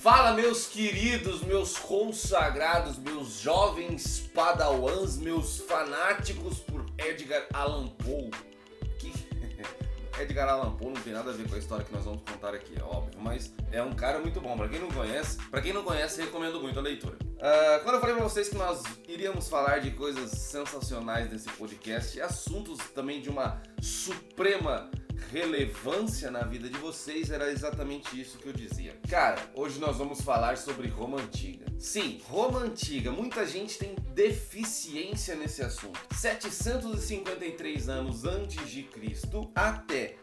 Fala, meus queridos, meus consagrados, meus jovens padawans, meus fanáticos por Edgar Allan Poe. Que Edgar Allan Poe não tem nada a ver com a história que nós vamos contar aqui, é óbvio, mas é um cara muito bom. Pra quem não conhece, recomendo muito a leitura. Quando eu falei pra vocês que nós iríamos falar de coisas sensacionais nesse podcast, assuntos também de uma suprema relevância na vida de vocês, era exatamente isso que eu dizia. Cara, hoje nós vamos falar sobre Roma Antiga. Sim, Roma Antiga, muita gente tem deficiência nesse assunto. 753 anos antes de Cristo até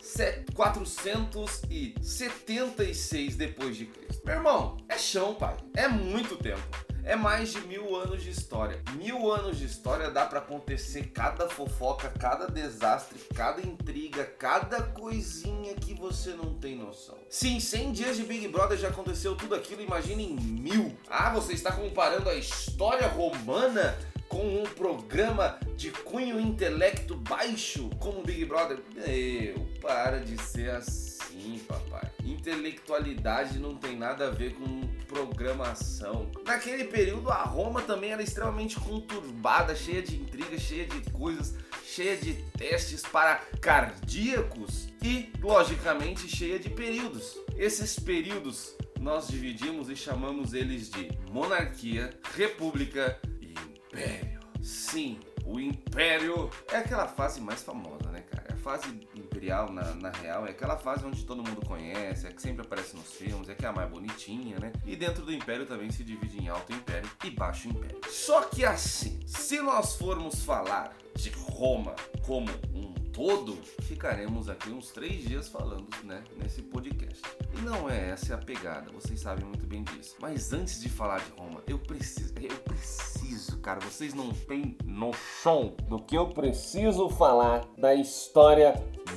476 depois de Cristo. Meu irmão, é chão, pai. É muito tempo. É mais de 1000 anos de história. 1000 anos de história dá pra acontecer cada fofoca, cada desastre, cada intriga, cada coisinha que você não tem noção. Sim, 100 dias de Big Brother já aconteceu tudo aquilo, imagine em 1000. Ah, você está comparando a história romana com um programa de cunho intelecto baixo como Big Brother? Para de ser assim, papai. Intelectualidade não tem nada a ver com programação. Naquele período a Roma também era extremamente conturbada, cheia de intrigas, cheia de coisas, cheia de testes para cardíacos e, logicamente, cheia de períodos. Esses períodos nós dividimos e chamamos eles de monarquia, república e império. Sim, o império é aquela fase mais famosa, né, cara? A fase imperial, na real, é aquela fase onde todo mundo conhece, é que sempre aparece nos filmes, é que é a mais bonitinha, né? E dentro do império também se divide em alto império e baixo império. Só que assim, se nós formos falar de Roma como um todo, ficaremos aqui uns 3 dias falando, né, nesse podcast. E não é essa a pegada, vocês sabem muito bem disso. Mas antes de falar de Roma, eu preciso, cara, vocês não têm noção do que eu preciso falar da história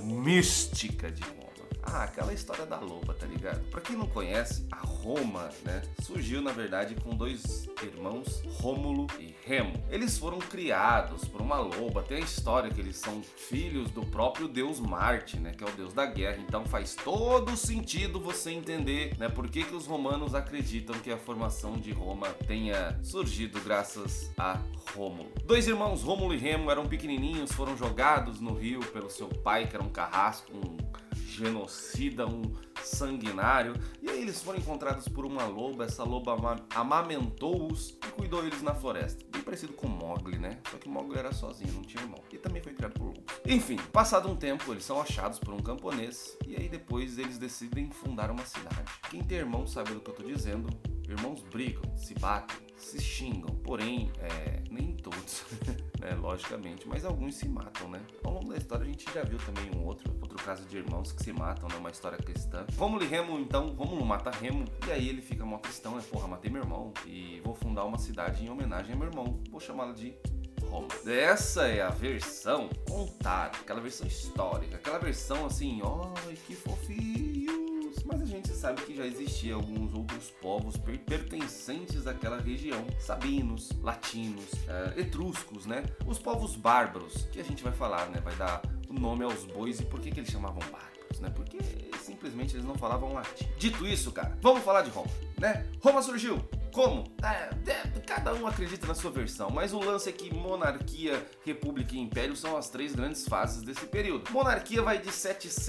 mística de Roma. Ah, aquela história da loba, tá ligado? Pra quem não conhece, a Roma, né, surgiu na verdade com 2 irmãos, Rômulo e Remo. Eles foram criados por uma loba. Tem a história que eles são filhos do próprio deus Marte, né, que é o deus da guerra. Então faz todo sentido você entender, né, por que os romanos acreditam que a formação de Roma tenha surgido graças a Rômulo. 2 irmãos, Rômulo e Remo, eram pequenininhos, foram jogados no rio pelo seu pai, que era um carrasco, um genocida, um sanguinário, e aí eles foram encontrados por uma loba. Essa loba amamentou-os e cuidou eles na floresta. Bem parecido com Mowgli, né? Só que Mowgli era sozinho, não tinha irmão. E também foi criado por lobos. Enfim, passado um tempo, eles são achados por um camponês, e aí depois eles decidem fundar uma cidade. Quem tem irmão sabe do que eu tô dizendo. Irmãos brigam, se batem, se xingam, porém, nem todos, né, logicamente, mas alguns se matam, né? Ao longo da história a gente já viu também um outro caso de irmãos que se matam, né? Uma história cristã. Rômulo e Remo, então, Rômulo mata Remo, e aí ele fica mó cristão, porra, matei meu irmão e vou fundar uma cidade em homenagem ao meu irmão, vou chamá-la de Roma. Essa é a versão contada, aquela versão histórica, aquela versão assim, ai, que fofinhos. Mas a gente sabe que já existia alguns outros povos pertencentes àquela região, sabinos, latinos, etruscos, né? Os povos bárbaros, que a gente vai falar, né? Vai dar o nome aos bois. E por que eles chamavam bárbaros, né? Porque simplesmente eles não falavam latim. Dito isso, cara, vamos falar de Roma, né? Roma surgiu como? Cada um acredita na sua versão, mas o lance é que monarquia, república e império são as 3 grandes fases desse período. Monarquia vai de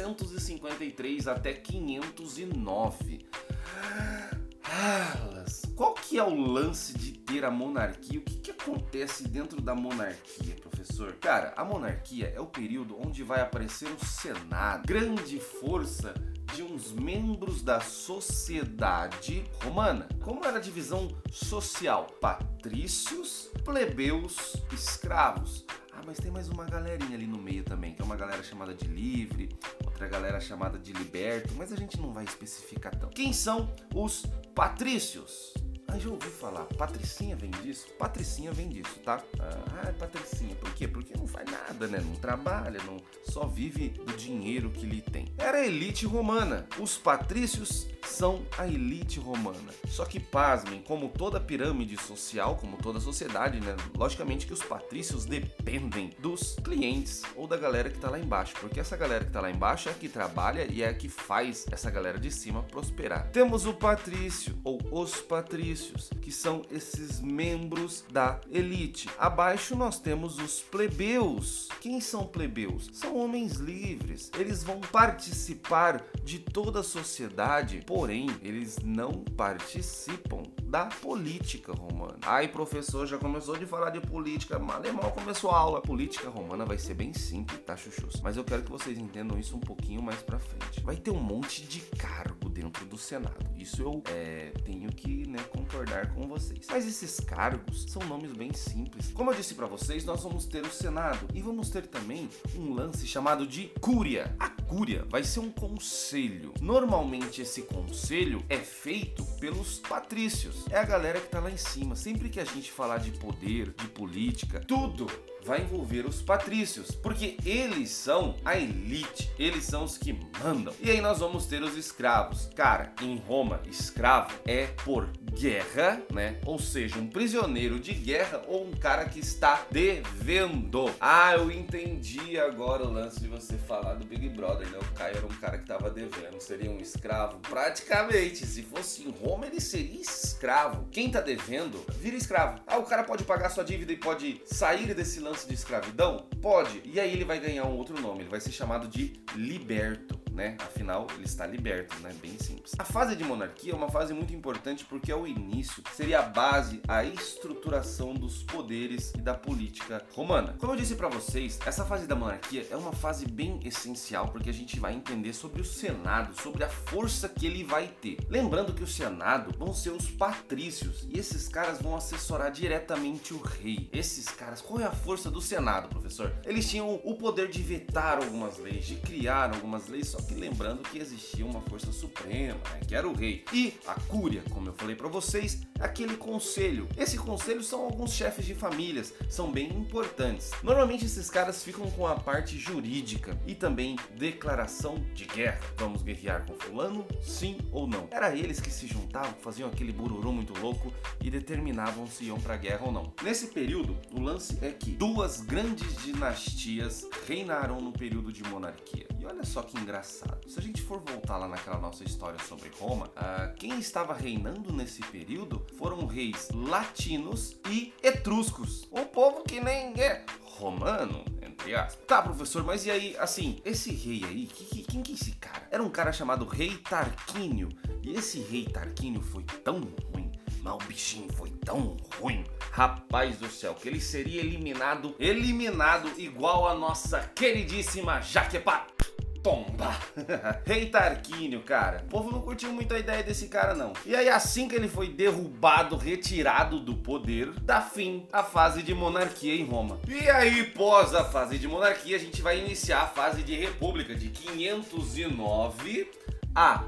753 até 509. Qual que é o lance de ter a monarquia? O que acontece dentro da monarquia, professor? Cara, a monarquia é o período onde vai aparecer o Senado, grande força de uns membros da sociedade romana. Como era a divisão social? Patrícios, plebeus, escravos. Mas tem mais uma galerinha ali no meio também, que é uma galera chamada de livre, outra galera chamada de liberto, mas a gente não vai especificar tanto. Quem são os patrícios? Já ouvi falar, Patricinha vem disso? Patricinha vem disso, tá? Patricinha, por quê? Porque não faz nada, né? Não trabalha, só vive do dinheiro que lhe tem. Era a elite romana. Os patrícios são a elite romana. Só que pasmem, como toda pirâmide social, como toda sociedade, né? Logicamente que os patrícios dependem dos clientes ou da galera que tá lá embaixo, porque essa galera que tá lá embaixo é a que trabalha e é a que faz essa galera de cima prosperar. Temos o patrício ou os patrícios, que são esses membros da elite. Abaixo nós temos os plebeus. Quem são plebeus? São homens livres. Eles vão participar de toda a sociedade, porém eles não participam da política romana. Ai, professor, já começou de falar de política, mal começou a aula. A política romana vai ser bem simples, tá, chuchus? Mas eu quero que vocês entendam isso um pouquinho mais pra frente. Vai ter um monte de cargo dentro do Senado. Isso eu tenho que, concordar com vocês. Mas esses cargos são nomes bem simples. Como eu disse pra vocês, nós vamos ter o Senado e vamos ter também um lance chamado de cúria. A cúria vai ser um conselho. Normalmente esse conselho é feito pelos patrícios. É a galera que tá lá em cima. Sempre que a gente falar de poder, de política, tudo vai envolver os patrícios, porque eles são a elite, eles são os que mandam. E aí nós vamos ter os escravos. Cara, em Roma, escravo é por guerra, né? Ou seja, um prisioneiro de guerra ou um cara que está devendo. Ah, eu entendi agora o lance de você falar do Big Brother, né? O Caio era um cara que estava devendo, seria um escravo? Praticamente, se fosse em Roma, ele seria escravo. Quem tá devendo, vira escravo. Ah, o cara pode pagar sua dívida e pode sair desse lance de escravidão? Pode. E aí ele vai ganhar um outro nome, ele vai ser chamado de liberto, né? Afinal, ele está liberto, né? Bem simples. A fase de monarquia é uma fase muito importante porque é o início, seria a base, a estruturação dos poderes e da política romana. Como eu disse pra vocês, essa fase da monarquia é uma fase bem essencial porque a gente vai entender sobre o Senado, sobre a força que ele vai ter. Lembrando que o Senado vão ser os patrícios e esses caras vão assessorar diretamente o rei. Esses caras, qual é a força do Senado, professor? Eles tinham o poder de vetar algumas leis, de criar algumas leis, só que lembrando que existia uma força suprema, né, que era o rei. E a cúria, como eu falei pra vocês, é aquele conselho. Esse conselho são alguns chefes de famílias, são bem importantes. Normalmente esses caras ficam com a parte jurídica e também declaração de guerra. Vamos guerrear com fulano? Sim ou não? Era eles que se juntavam, faziam aquele bururu muito louco e determinavam se iam pra guerra ou não. Nesse período, o lance é que duas grandes dinastias reinaram no período de monarquia. E olha só que engraçado. Se a gente for voltar lá naquela nossa história sobre Roma, quem estava reinando nesse período foram reis latinos e etruscos. Um povo que nem é romano, entre aspas. Tá, professor, mas e aí, assim, esse rei aí, quem que é esse cara? Era um cara chamado Rei Tarquínio. E esse Rei Tarquínio foi tão ruim, mas o bichinho foi tão ruim, rapaz do céu, que ele seria eliminado igual a nossa queridíssima Jaquepa. Tomba! Rei Tarquínio, cara. O povo não curtiu muito a ideia desse cara, não. E aí, assim que ele foi derrubado, retirado do poder, dá fim à fase de monarquia em Roma. E aí, pós a fase de monarquia, a gente vai iniciar a fase de república, de 509 a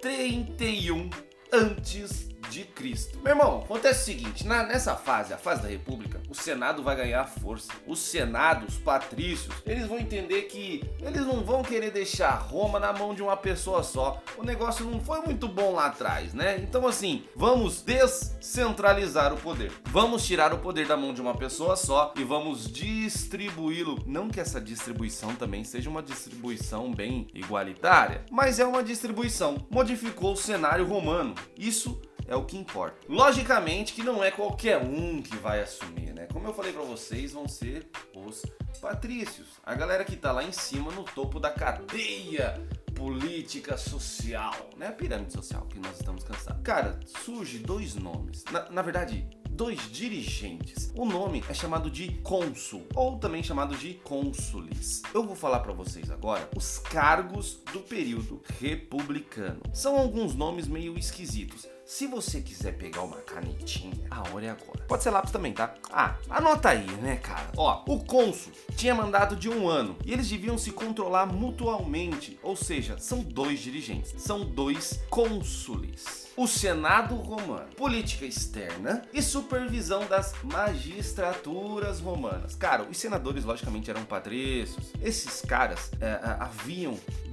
31 antes de Cristo. Meu irmão, acontece o seguinte, nessa fase, a fase da república, o Senado vai ganhar força. O Senado, os patrícios, eles vão entender que eles não vão querer deixar Roma na mão de uma pessoa só. O negócio não foi muito bom lá atrás, né? Então assim, vamos descentralizar o poder. Vamos tirar o poder da mão de uma pessoa só e vamos distribuí-lo. Não que essa distribuição também seja uma distribuição bem igualitária, mas é uma distribuição. Modificou o cenário romano. Isso é o que importa. Logicamente que não é qualquer um que vai assumir, né? Como eu falei pra vocês, vão ser os patrícios. A galera que tá lá em cima, no topo da cadeia política social, né? A pirâmide social que nós estamos cansados. Cara, surge dois nomes. Na verdade, dois dirigentes. O nome é chamado de cônsul, ou também chamado de cônsules. Eu vou falar pra vocês agora os cargos do período republicano. São alguns nomes meio esquisitos. Se você quiser pegar uma canetinha, a hora é agora. Pode ser lápis também, tá? Anota aí, né, cara? Ó, o cônsul tinha mandato de 1 ano e eles deviam se controlar mutualmente. Ou seja, são dois dirigentes, são dois cônsules. O Senado romano, política externa e supervisão das magistraturas romanas. Cara, os senadores logicamente eram patrícios. Esses caras haviam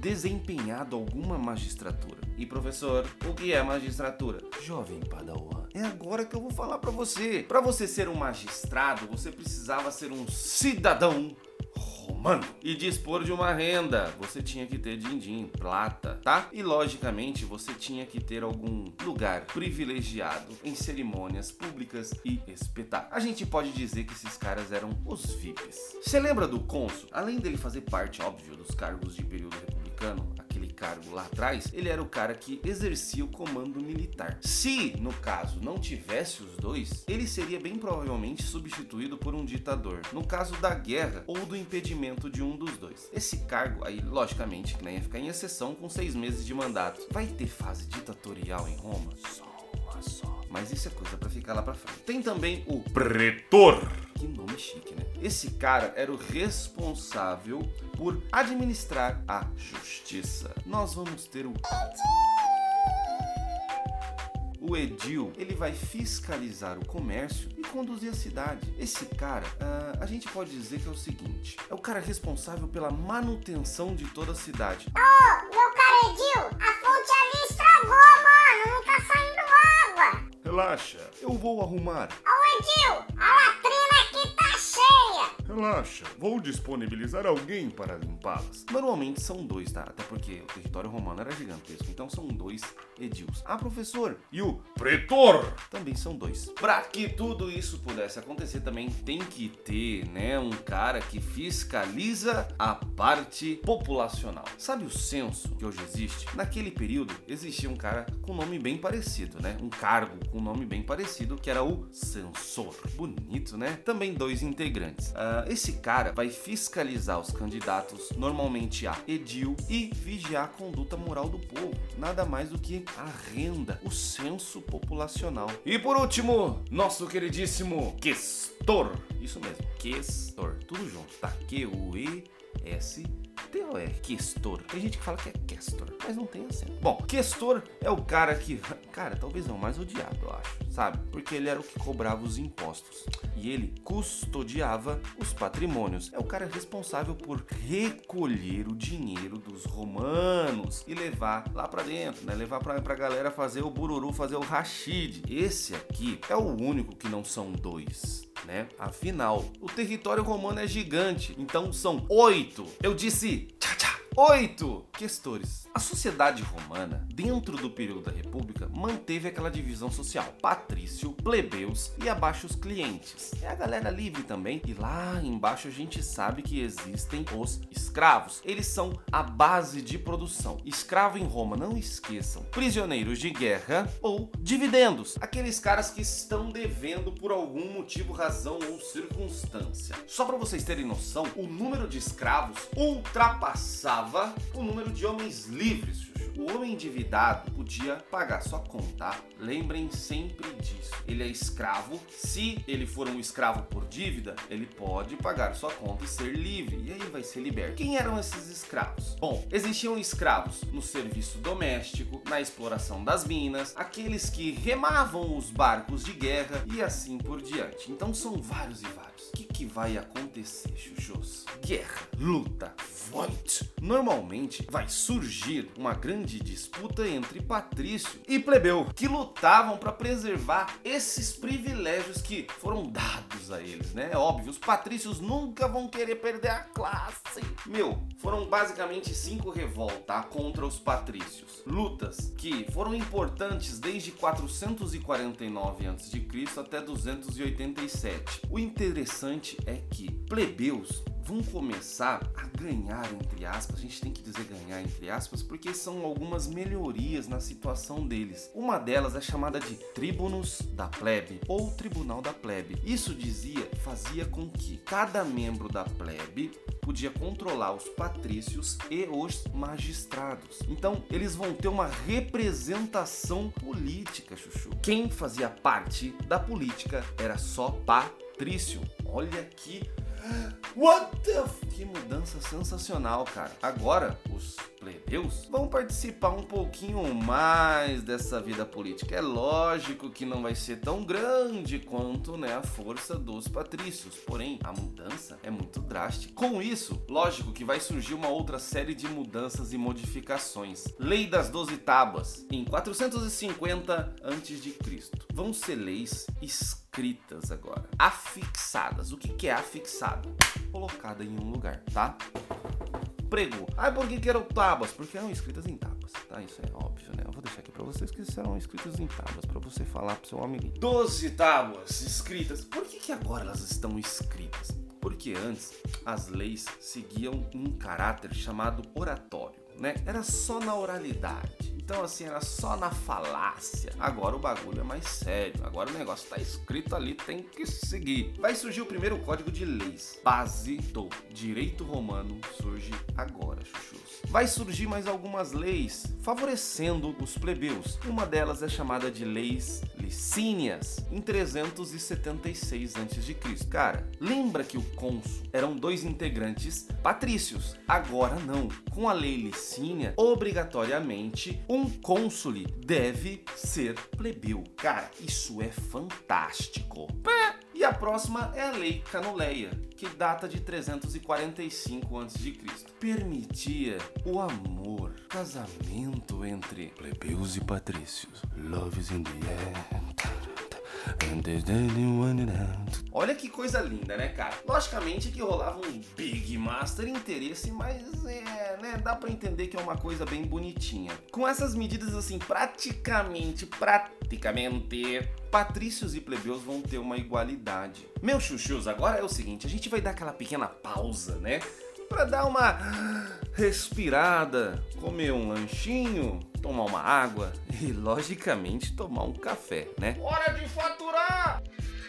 desempenhado alguma magistratura. E professor, o que é magistratura? Jovem Padawan, é agora que eu vou falar pra você. Pra você ser um magistrado, você precisava ser um cidadão romano e dispor de uma renda. Você tinha que ter din-din, prata, tá? E logicamente você tinha que ter algum lugar privilegiado em cerimônias públicas e espetáculos. A gente pode dizer que esses caras eram os VIPs. Você lembra do cônsul? Além dele fazer parte, óbvio, dos cargos de período republicano, aquele cargo lá atrás, ele era o cara que exercia o comando militar. Se, no caso, não tivesse os dois, ele seria bem provavelmente substituído por um ditador, no caso da guerra ou do impedimento de um dos dois. Esse cargo, aí, logicamente, que nem ia ficar em exceção com 6 meses de mandato. Vai ter fase ditatorial em Roma? Só. Mas isso é coisa pra ficar lá pra frente. Tem também o pretor. Que nome chique, né? Esse cara era o responsável por administrar a justiça. Nós vamos ter o edil, ele vai fiscalizar o comércio e conduzir a cidade. Esse cara, a gente pode dizer que é o seguinte, é o cara responsável pela manutenção de toda a cidade. Meu cara edil, a fonte ali estragou, mano, não tá saindo água. Relaxa, eu vou arrumar. Edil, a latrina aqui tá cheia. Relaxa, vou disponibilizar alguém para limpá-las. Normalmente são 2, tá? Até porque o território romano era gigantesco, então são 2 edils. Ah, professor, e o pretor? Também são 2. Para que tudo isso pudesse acontecer, também tem que ter, né, um cara que fiscaliza a parte populacional. Sabe o censo que hoje existe? Naquele período existia um cara com nome bem parecido, né? Um cargo com nome bem parecido, que era o censor. Bonito, né? Também 2 integrantes. Esse cara vai fiscalizar os candidatos, normalmente a edil, e vigiar a conduta moral do povo. Nada mais do que a renda, o censo populacional. E por último, nosso queridíssimo questor. Isso mesmo, questor. Tudo junto, tá? Q-U-E-S-T-O-R. Questor. Tem gente que fala que é questor, mas não tem acento. Bom, questor é o cara que... Cara, talvez é o mais odiado, eu acho, sabe? Porque ele era o que cobrava os impostos. E ele custodiava os patrimônios. É o cara responsável por recolher o dinheiro dos romanos e levar lá pra dentro, né? Levar pra galera fazer o bururu, fazer o rachide. Esse aqui é o único que não são 2, né? Afinal, o território romano é gigante, então são 8. Eu disse 8 questores. A sociedade romana, dentro do período da República, manteve aquela divisão social: patrício, plebeus e abaixo os clientes. É a galera livre também. E lá embaixo a gente sabe que existem os escravos. Eles são a base de produção. Escravo em Roma, não esqueçam, prisioneiros de guerra ou dividendos. Aqueles caras que estão devendo por algum motivo, razão ou circunstância. Só para vocês terem noção, o número de escravos ultrapassava o número de homens livres, Chuchu. O homem endividado podia pagar sua conta. Lembrem sempre disso. Ele é escravo. Se ele for um escravo por dívida, ele pode pagar sua conta e ser livre. E aí vai ser liberto. Quem eram esses escravos? Bom, existiam escravos no serviço doméstico, na exploração das minas, aqueles que remavam os barcos de guerra e assim por diante. Então são vários e vários. O que vai acontecer, chuchus? Guerra, luta, fight. Normalmente vai surgir uma grande disputa entre patrício e plebeu, que lutavam para preservar esses privilégios que foram dados a eles, né? É óbvio, os patrícios nunca vão querer perder a classe. Foram basicamente 5 revoltas contra os patrícios. Lutas que foram importantes desde 449 a.C. até 287. O interessante é que plebeus vão começar a ganhar, entre aspas, a gente tem que dizer ganhar, entre aspas, porque são algumas melhorias na situação deles. Uma delas é chamada de Tribunus da Plebe, ou Tribunal da Plebe. Isso fazia com que cada membro da plebe podia controlar os patrícios e os magistrados. Então, eles vão ter uma representação política, Chuchu. Quem fazia parte da política era só patrício. Olha que mudança sensacional, cara. Agora, os plebeus plebeus vão participar um pouquinho mais dessa vida política. É lógico que não vai ser tão grande quanto, né, a força dos patrícios, porém a mudança é muito drástica. Com isso, lógico que vai surgir uma outra série de mudanças e modificações. Lei das 12 Tábuas, em 450 a.C. Vão ser leis escritas agora, afixadas. O que é afixada? Colocada em um lugar, tá? Pregou. Por que eram tábuas? Porque eram escritas em tábuas, tá? Isso é óbvio, né? Eu vou deixar aqui pra vocês que serão escritas em tábuas, pra você falar pro seu amiguinho. 12 tábuas escritas. Por que agora elas estão escritas? Porque antes as leis seguiam um caráter chamado oratório, né? Era só na oralidade. Então, assim, era só na falácia. Agora o bagulho é mais sério. Agora o negócio tá escrito ali, tem que seguir. Vai surgir o primeiro código de leis. Base do direito romano surge agora, chuchus. Vai surgir mais algumas leis favorecendo os plebeus. Uma delas é chamada de leis licínias, em 376 a.C. Cara, lembra que o cônsul eram 2 integrantes patrícios? Agora não. Com a lei licínia, obrigatoriamente, um cônsule deve ser plebeu. Cara, isso é fantástico. E a próxima é a Lei Canoleia, que data de 345 a.C. Permitia o amor, casamento entre plebeus e patrícios. Love is in the air. Olha que coisa linda, né, cara? Logicamente que rolava um Big Master interesse, mas né, dá pra entender que é uma coisa bem bonitinha. Com essas medidas, assim, praticamente, patrícios e plebeus vão ter uma igualdade. Meus chuchus, agora é o seguinte, a gente vai dar aquela pequena pausa, né? Pra dar uma respirada, comer um lanchinho, tomar uma água e, logicamente, tomar um café, né? Hora de faturar!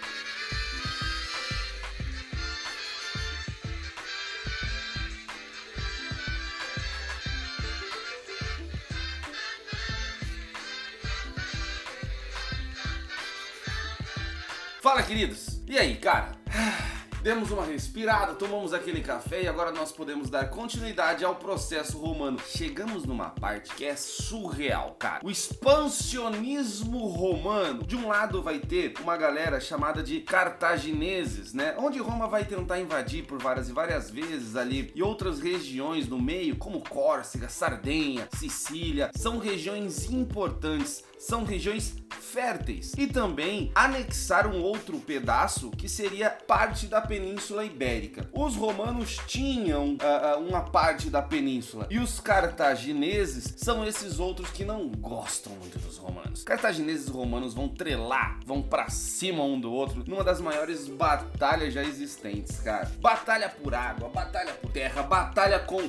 Fala, queridos! E aí, cara? Demos uma respirada, tomamos aquele café e agora nós podemos dar continuidade ao processo romano. Chegamos numa parte que é surreal, cara. O expansionismo romano. De um lado vai ter uma galera chamada de cartagineses, né? Onde Roma vai tentar invadir por várias e várias vezes ali. E outras regiões no meio, como Córcega, Sardenha, Sicília, são regiões importantes. São regiões férteis. E também anexaram outro pedaço que seria parte da Península Ibérica. Os romanos tinham uma parte da península e os cartagineses são esses outros que não gostam muito dos romanos. Cartagineses e romanos vão trelar, vão pra cima um do outro numa das maiores batalhas já existentes, cara. Batalha por água, batalha por terra, batalha com...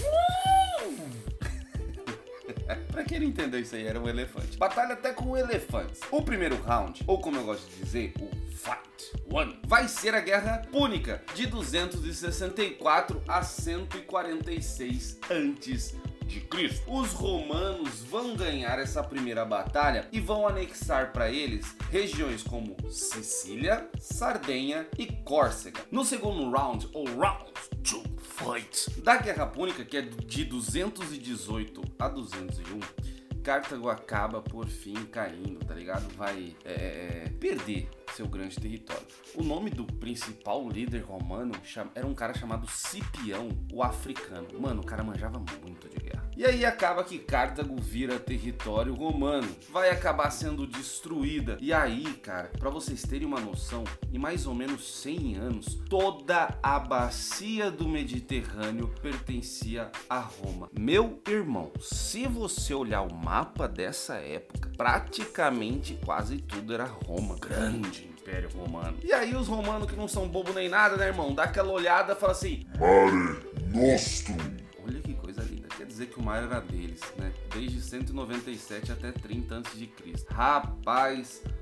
Pra quem não entendeu isso aí, era um elefante. Batalha até com elefantes. O primeiro round, ou como eu gosto de dizer, o Fight One, vai ser a Guerra Púnica, de 264 a 146 a.C. Os romanos vão ganhar essa primeira batalha e vão anexar para eles regiões como Sicília, Sardenha e Córcega. No segundo round, ou Round 2 Fight, da Guerra Púnica, que é de 218 a 201, Cartago acaba por fim caindo, tá ligado? Vai perder seu grande território. O nome do principal líder romano era um cara chamado Cipião, o africano. Mano, o cara manjava muito de guerra. E aí acaba que Cartago vira território romano, vai acabar sendo destruída. E aí, cara, pra vocês terem uma noção, em mais ou menos 100 anos, toda a bacia do Mediterrâneo pertencia a Roma. Meu irmão, se você olhar o mapa dessa época, praticamente quase tudo era Roma. Grande Império Romano. E aí os romanos que não são bobo nem nada, né, irmão? Dá aquela olhada e fala assim: Mare Nostrum. Olha que coisa linda. Quer dizer que o mar era deles, né? Desde 197 até 30 a.C. Rapaz,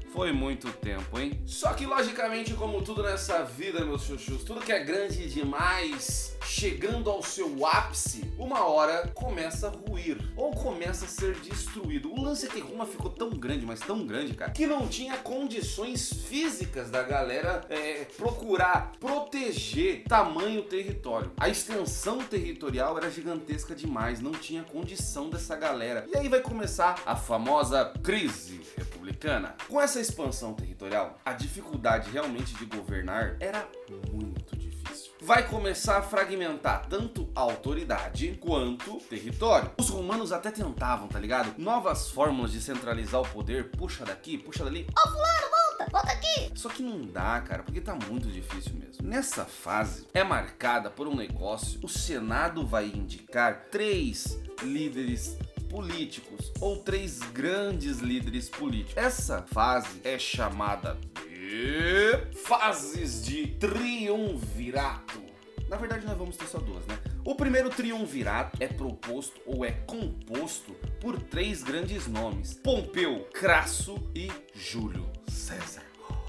Foi muito tempo, hein? Só que, logicamente, como tudo nessa vida, meus chuchus, tudo que é grande demais, chegando ao seu ápice, uma hora começa a ruir, ou começa a ser destruído. O lance é que Roma ficou tão grande, mas tão grande, cara, que não tinha condições físicas da galera procurar proteger tamanho território. A extensão territorial era gigantesca demais, não tinha condição dessa galera. E aí vai começar a famosa crise republicana. Com essa expansão territorial, a dificuldade realmente de governar era muito difícil. Vai começar a fragmentar tanto a autoridade quanto o território. Os romanos até tentavam, tá ligado? Novas fórmulas de centralizar o poder, puxa daqui, puxa dali. Ô fulano, volta aqui. Só que não dá, cara, porque tá muito difícil mesmo. Nessa fase é marcada por um negócio. O Senado vai indicar 3 líderes políticos, ou 3 grandes líderes políticos. Essa fase é chamada de fases de triunvirato. Na verdade, nós vamos ter só 2, né? O primeiro triunvirato é proposto ou é composto por 3 grandes nomes: Pompeu, Crasso e Júlio César.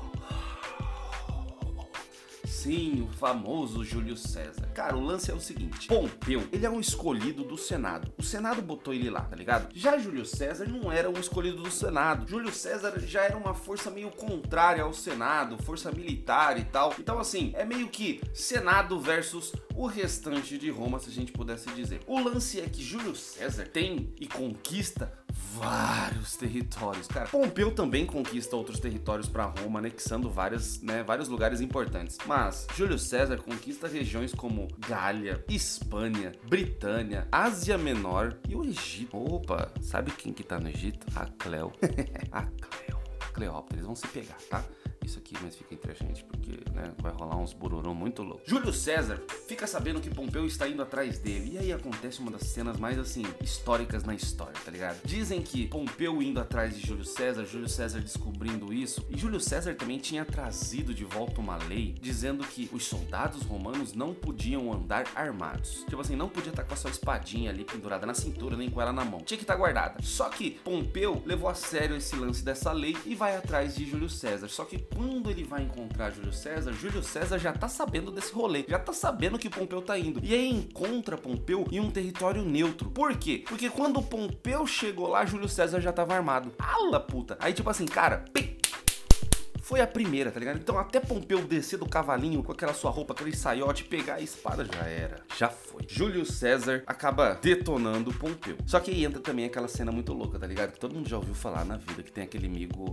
Sim, o famoso Júlio César. Cara, o lance é o seguinte: Pompeu, ele é um escolhido do Senado. O Senado botou ele lá, tá ligado? Já Júlio César não era um escolhido do Senado. Júlio César já era uma força meio contrária ao Senado, força militar e tal. Então, assim, é meio que Senado versus o restante de Roma, se a gente pudesse dizer. O lance é que Júlio César tem e conquista vários territórios, cara. Pompeu também conquista outros territórios para Roma, anexando vários lugares importantes. Mas Júlio César conquista regiões como Gália, Hispânia, Britânia, Ásia Menor e o Egito. Opa, sabe quem que tá no Egito? A Cleo. A Cleópatra, eles vão se pegar, tá? Isso aqui, mas fica entre a gente, porque, né, vai rolar uns bururão muito louco. Júlio César fica sabendo que Pompeu está indo atrás dele, e aí acontece uma das cenas mais, assim, históricas na história, tá ligado? Dizem que Pompeu indo atrás de Júlio César descobrindo isso, e Júlio César também tinha trazido de volta uma lei dizendo que os soldados romanos não podiam andar armados. Tipo assim, não podia estar com a sua espadinha ali pendurada na cintura, nem com ela na mão. Tinha que estar guardada. Só que Pompeu levou a sério esse lance dessa lei e vai atrás de Júlio César. Só que quando ele vai encontrar Júlio César já tá sabendo desse rolê, já tá sabendo que Pompeu tá indo. E aí encontra Pompeu em um território neutro. Por quê? Porque quando Pompeu chegou lá, Júlio César já tava armado. Ala puta! Aí tipo assim, cara, foi a primeira, tá ligado? Então até Pompeu descer do cavalinho com aquela sua roupa, aquele saiote, pegar a espada, já era. Já foi. Júlio César acaba detonando Pompeu. Só que aí entra também aquela cena muito louca, tá ligado? Que todo mundo já ouviu falar na vida, que tem aquele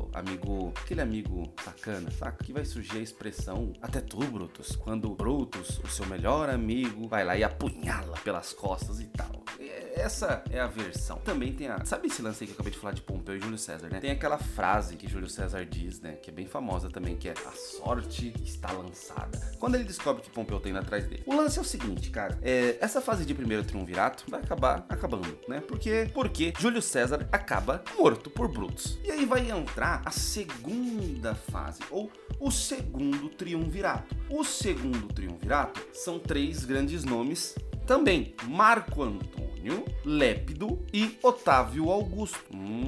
aquele amigo sacana, saca? Que vai surgir a expressão, até tu, Brutus, quando Brutus, o seu melhor amigo, vai lá e apunhala pelas costas e tal. Essa é a versão. Também tem sabe esse lance aí que eu acabei de falar de Pompeu e Júlio César, né? Tem aquela frase que Júlio César diz, né? Que é bem famosa também, que é: a sorte está lançada. Quando ele descobre que Pompeu tá indo atrás dele. O lance é o seguinte, cara. Essa fase de primeiro triunvirato vai acabar acabando, né? Porque Júlio César acaba morto por Brutus. E aí vai entrar a segunda fase, ou o segundo triunvirato. O segundo triunvirato são 3 grandes nomes também: Marco Antônio, Lépido e Otávio Augusto.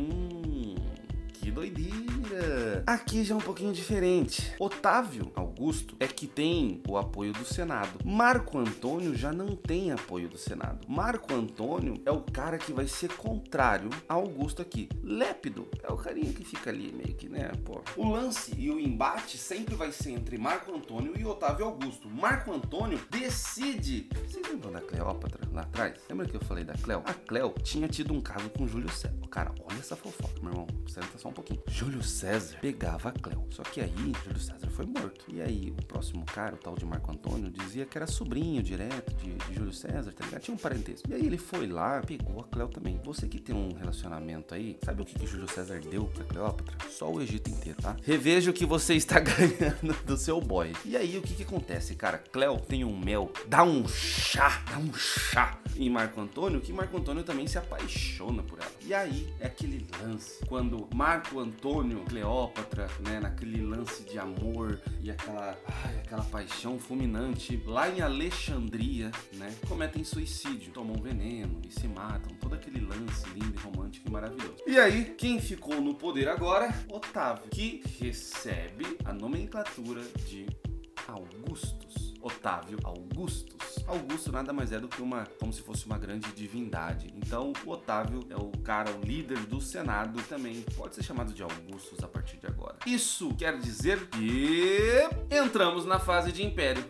Que doideira! Aqui já é um pouquinho diferente. Otávio Augusto é que tem o apoio do Senado. Marco Antônio já não tem apoio do Senado. Marco Antônio é o cara que vai ser contrário a Augusto aqui. Lépido é o carinha que fica ali meio que, né, pô. O lance e o embate sempre vai ser entre Marco Antônio e Otávio Augusto. Marco Antônio decide... Vocês lembram da Cleópatra lá atrás? Lembra que eu falei da Cleo? A Cleo tinha tido um caso com Júlio César. Cara, olha essa fofoca, meu irmão. Senta só um pouquinho. Júlio César pegava a Cleo. Só que aí, Júlio César foi morto. E aí, o próximo cara, o tal de Marco Antônio, dizia que era sobrinho direto de Júlio César, tá ligado? Tinha um parentesco. E aí ele foi lá, pegou a Cleo também. Você que tem um relacionamento aí, sabe o que Júlio César deu pra Cleópatra? Só o Egito inteiro, tá? Reveja o que você está ganhando do seu boy. E aí, o que acontece, cara? Cleo tem um mel, dá um chá em Marco Antônio, que Marco Antônio também se apaixona por ela. E aí, é aquele lance, quando Marco Antônio, Cleópatra, né, naquele lance de amor e aquela paixão fulminante, lá em Alexandria, né, cometem suicídio, tomam veneno e se matam, todo aquele lance lindo e romântico que maravilhoso. E aí, quem ficou no poder agora? Otávio, que recebe a nomenclatura de Augustus. Otávio Augustus. Augusto nada mais é do que como se fosse uma grande divindade. Então, o Otávio é o cara, o líder do Senado, também pode ser chamado de Augustus a partir de agora. Isso quer dizer que entramos na fase de Império.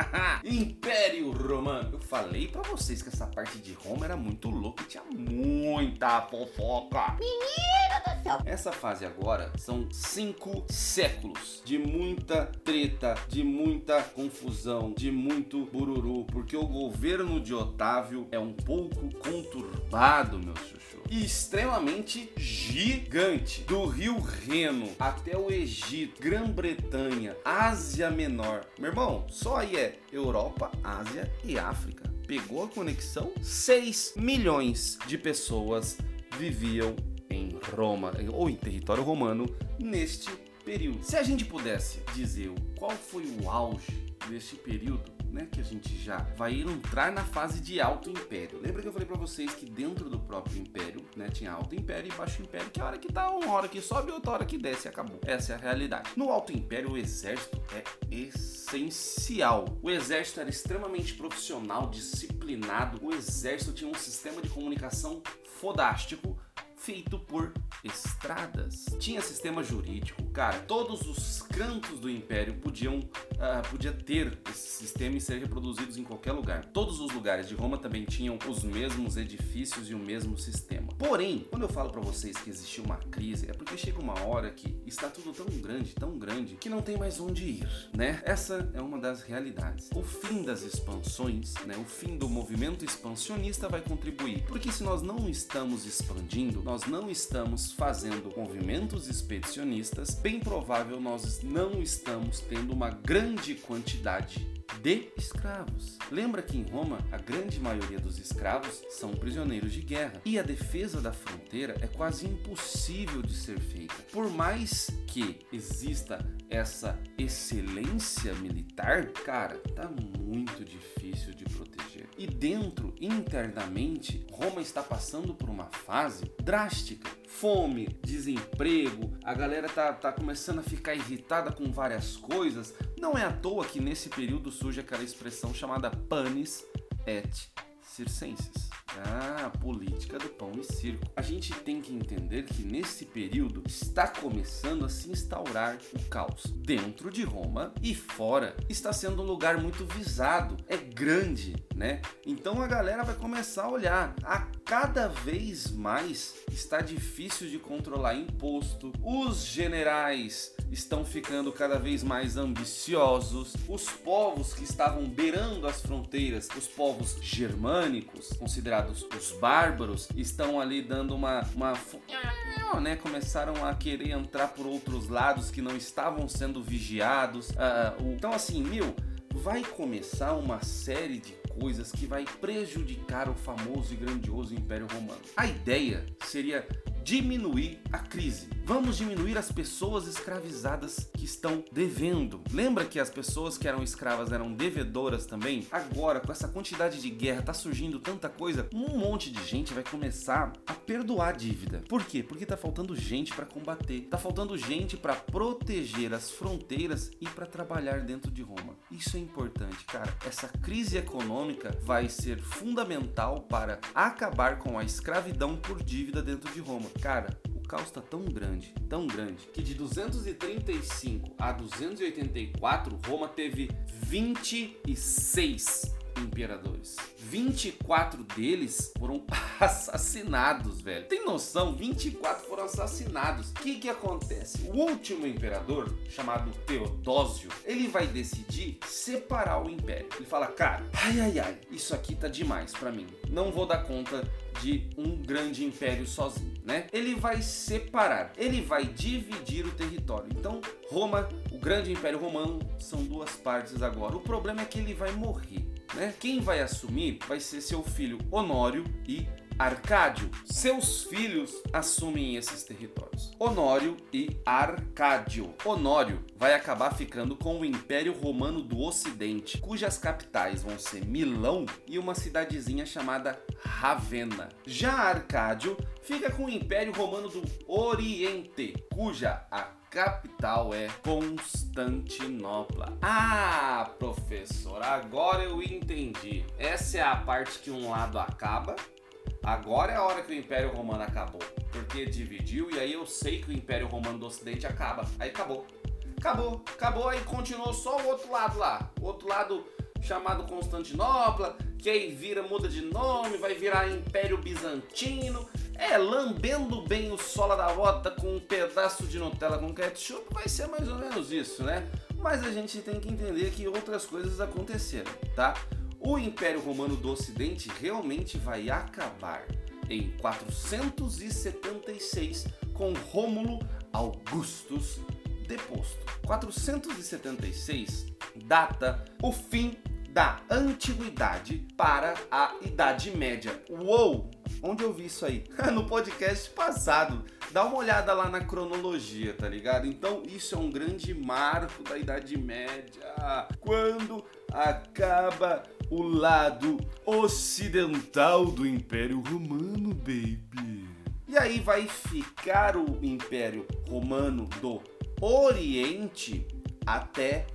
Império Romano. Eu falei pra vocês que essa parte de Roma era muito louca e tinha muita fofoca. Menino do céu. Essa fase agora são 5 séculos de muita treta, de muita confusão, de muito bururu, porque o governo de Otávio é um pouco conturbado, meu chuchu, e extremamente gigante. Do rio Reno até o Egito, Grã-Bretanha, Ásia Menor. Meu irmão, só aí é Europa, Ásia e África. Pegou a conexão? 6 milhões de pessoas viviam em Roma, ou em território romano, neste período. Se a gente pudesse dizer qual foi o auge deste período, né, que a gente já vai entrar na fase de Alto Império. Lembra que eu falei pra vocês que dentro do próprio Império, né, tinha Alto Império e Baixo Império, que é a hora que tá, uma hora que sobe, outra hora que desce e acabou. Essa é a realidade. No Alto Império, o exército é essencial. O exército era extremamente profissional, disciplinado. O exército tinha um sistema de comunicação fodástico, feito por estradas. Tinha sistema jurídico, cara. Todos os cantos do Império podia ter esse sistema e ser reproduzidos em qualquer lugar. Todos os lugares de Roma também tinham os mesmos edifícios e o mesmo sistema. Porém, quando eu falo pra vocês que existiu uma crise, é porque chega uma hora que está tudo tão grande, que não tem mais onde ir, né? Essa é uma das realidades. O fim das expansões, né? O fim do movimento expansionista vai contribuir. Porque se nós não estamos expandindo, nós não estamos fazendo movimentos expedicionistas, bem provável nós não estamos tendo uma grande quantidade de escravos. Lembra que em Roma a grande maioria dos escravos são prisioneiros de guerra e a defesa da fronteira é quase impossível de ser feita. Por mais que exista essa excelência militar, cara, tá muito difícil de proteger. E dentro, internamente, Roma está passando por uma fase drástica. Fome, desemprego, a galera tá começando a ficar irritada com várias coisas. Não é à toa que nesse período surge aquela expressão chamada panis et circenses. A política do pão e circo. A gente tem que entender que nesse período está começando a se instaurar o caos. Dentro de Roma e fora está sendo um lugar muito visado. É grande, né? Então a galera vai começar a olhar. A cada vez mais está difícil de controlar imposto. Os generais estão ficando cada vez mais ambiciosos. Os povos que estavam beirando as fronteiras, os povos germânicos, considerados os bárbaros, estão ali dando né? Começaram a querer entrar por outros lados que não estavam sendo vigiados. Então assim, vai começar uma série de coisas que vai prejudicar o famoso e grandioso Império Romano. A ideia seria diminuir a crise. Vamos diminuir as pessoas escravizadas que estão devendo. Lembra que as pessoas que eram escravas eram devedoras também? Agora, com essa quantidade de guerra, tá surgindo tanta coisa, um monte de gente vai começar a perdoar a dívida. Por quê? Porque tá faltando gente para combater. Tá faltando gente para proteger as fronteiras e para trabalhar dentro de Roma. Isso é importante, cara. Essa crise econômica vai ser fundamental para acabar com a escravidão por dívida dentro de Roma. Cara, o caos tá tão grande, que de 235 a 284, Roma teve 26 imperadores. 24 deles foram assassinados, velho. Tem noção? 24 foram assassinados. O que acontece? O último imperador, chamado Teodósio, ele vai decidir separar o império. Ele fala, cara, isso aqui tá demais pra mim. Não vou dar conta de um grande império sozinho, né? Ele vai separar, ele vai dividir o território. Então, Roma, o grande império romano, são duas partes agora. O problema é que ele vai morrer, né? Quem vai assumir vai ser seu filho Honório e Arcádio, seus filhos assumem esses territórios. Honório e Arcádio. Honório vai acabar ficando com o Império Romano do Ocidente, cujas capitais vão ser Milão e uma cidadezinha chamada Ravenna. Já Arcádio fica com o Império Romano do Oriente, cuja a capital é Constantinopla. Ah, professor, agora eu entendi. Essa é a parte que um lado acaba. Agora é a hora que o Império Romano acabou. Porque dividiu e aí eu sei que o Império Romano do Ocidente acaba. Aí acabou. Acabou, aí continuou só o outro lado lá. O outro lado chamado Constantinopla, que aí muda de nome, vai virar Império Bizantino. Lambendo bem o sola da bota com um pedaço de Nutella com ketchup, vai ser mais ou menos isso, né? Mas a gente tem que entender que outras coisas aconteceram, tá? O Império Romano do Ocidente realmente vai acabar em 476 com Rômulo Augustus deposto. 476 data o fim da Antiguidade para a Idade Média. Uou! Onde eu vi isso aí? No podcast passado. Dá uma olhada lá na cronologia, tá ligado? Então isso é um grande marco da Idade Média. Quando acaba o lado ocidental do Império Romano, baby. E aí vai ficar o Império Romano do Oriente até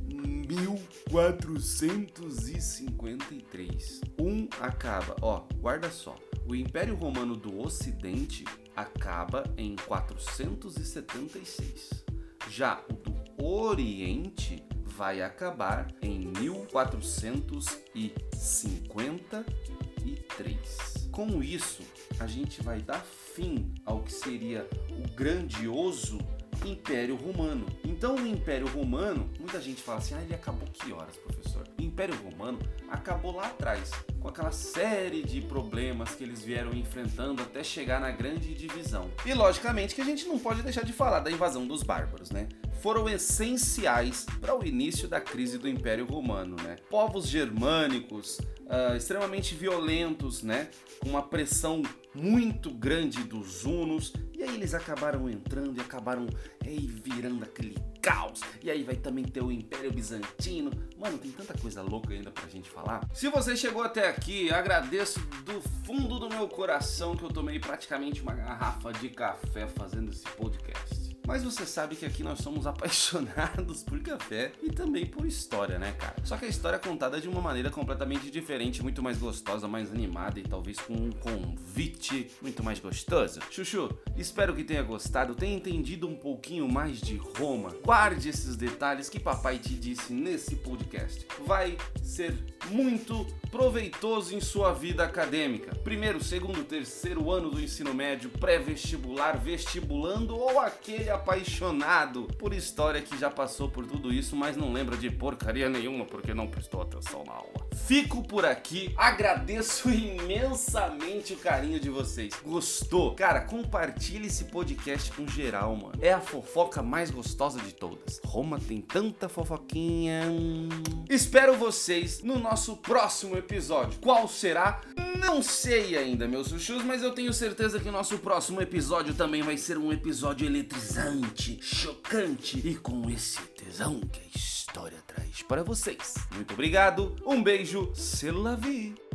1453. Acaba, guarda só. O Império Romano do Ocidente acaba em 476. Já o do Oriente vai acabar em 1453. Com isso, a gente vai dar fim ao que seria o grandioso Império Romano. Então o Império Romano, muita gente fala assim, ele acabou que horas, professor? O Império Romano acabou lá atrás, com aquela série de problemas que eles vieram enfrentando até chegar na grande divisão. E logicamente que a gente não pode deixar de falar da invasão dos bárbaros, né? Foram essenciais para o início da crise do Império Romano, né? Povos germânicos, extremamente violentos, né? Com uma pressão muito grande dos hunos, e aí eles acabaram entrando e acabaram virando aquele caos, e aí vai também ter o Império Bizantino. Mano, tem tanta coisa louca ainda pra gente falar. Se você chegou até aqui, agradeço do fundo do meu coração que eu tomei praticamente uma garrafa de café fazendo esse podcast. Mas você sabe que aqui nós somos apaixonados por café e também por história, né, cara? Só que a história é contada de uma maneira completamente diferente, muito mais gostosa, mais animada e talvez com um convite muito mais gostoso. Chuchu, espero que tenha gostado, tenha entendido um pouquinho mais de Roma. Guarde esses detalhes que papai te disse nesse podcast. Vai ser muito proveitoso em sua vida acadêmica. Primeiro, segundo, terceiro ano do ensino médio, pré-vestibular, vestibulando ou aquele apaixonado por história que já passou por tudo isso, mas não lembra de porcaria nenhuma porque não prestou atenção na aula. Fico por aqui, agradeço imensamente o carinho de vocês. Gostou? Cara, compartilhe esse podcast com geral, mano. É a fofoca mais gostosa de todas. Roma tem tanta fofoquinha. Espero vocês no nosso próximo episódio. Qual será? Não sei ainda, meus chuchus, mas eu tenho certeza que o nosso próximo episódio também vai ser um episódio eletrizante, chocante e com esse tesão que a história traz para vocês. Muito obrigado, um beijo, c'est la vie!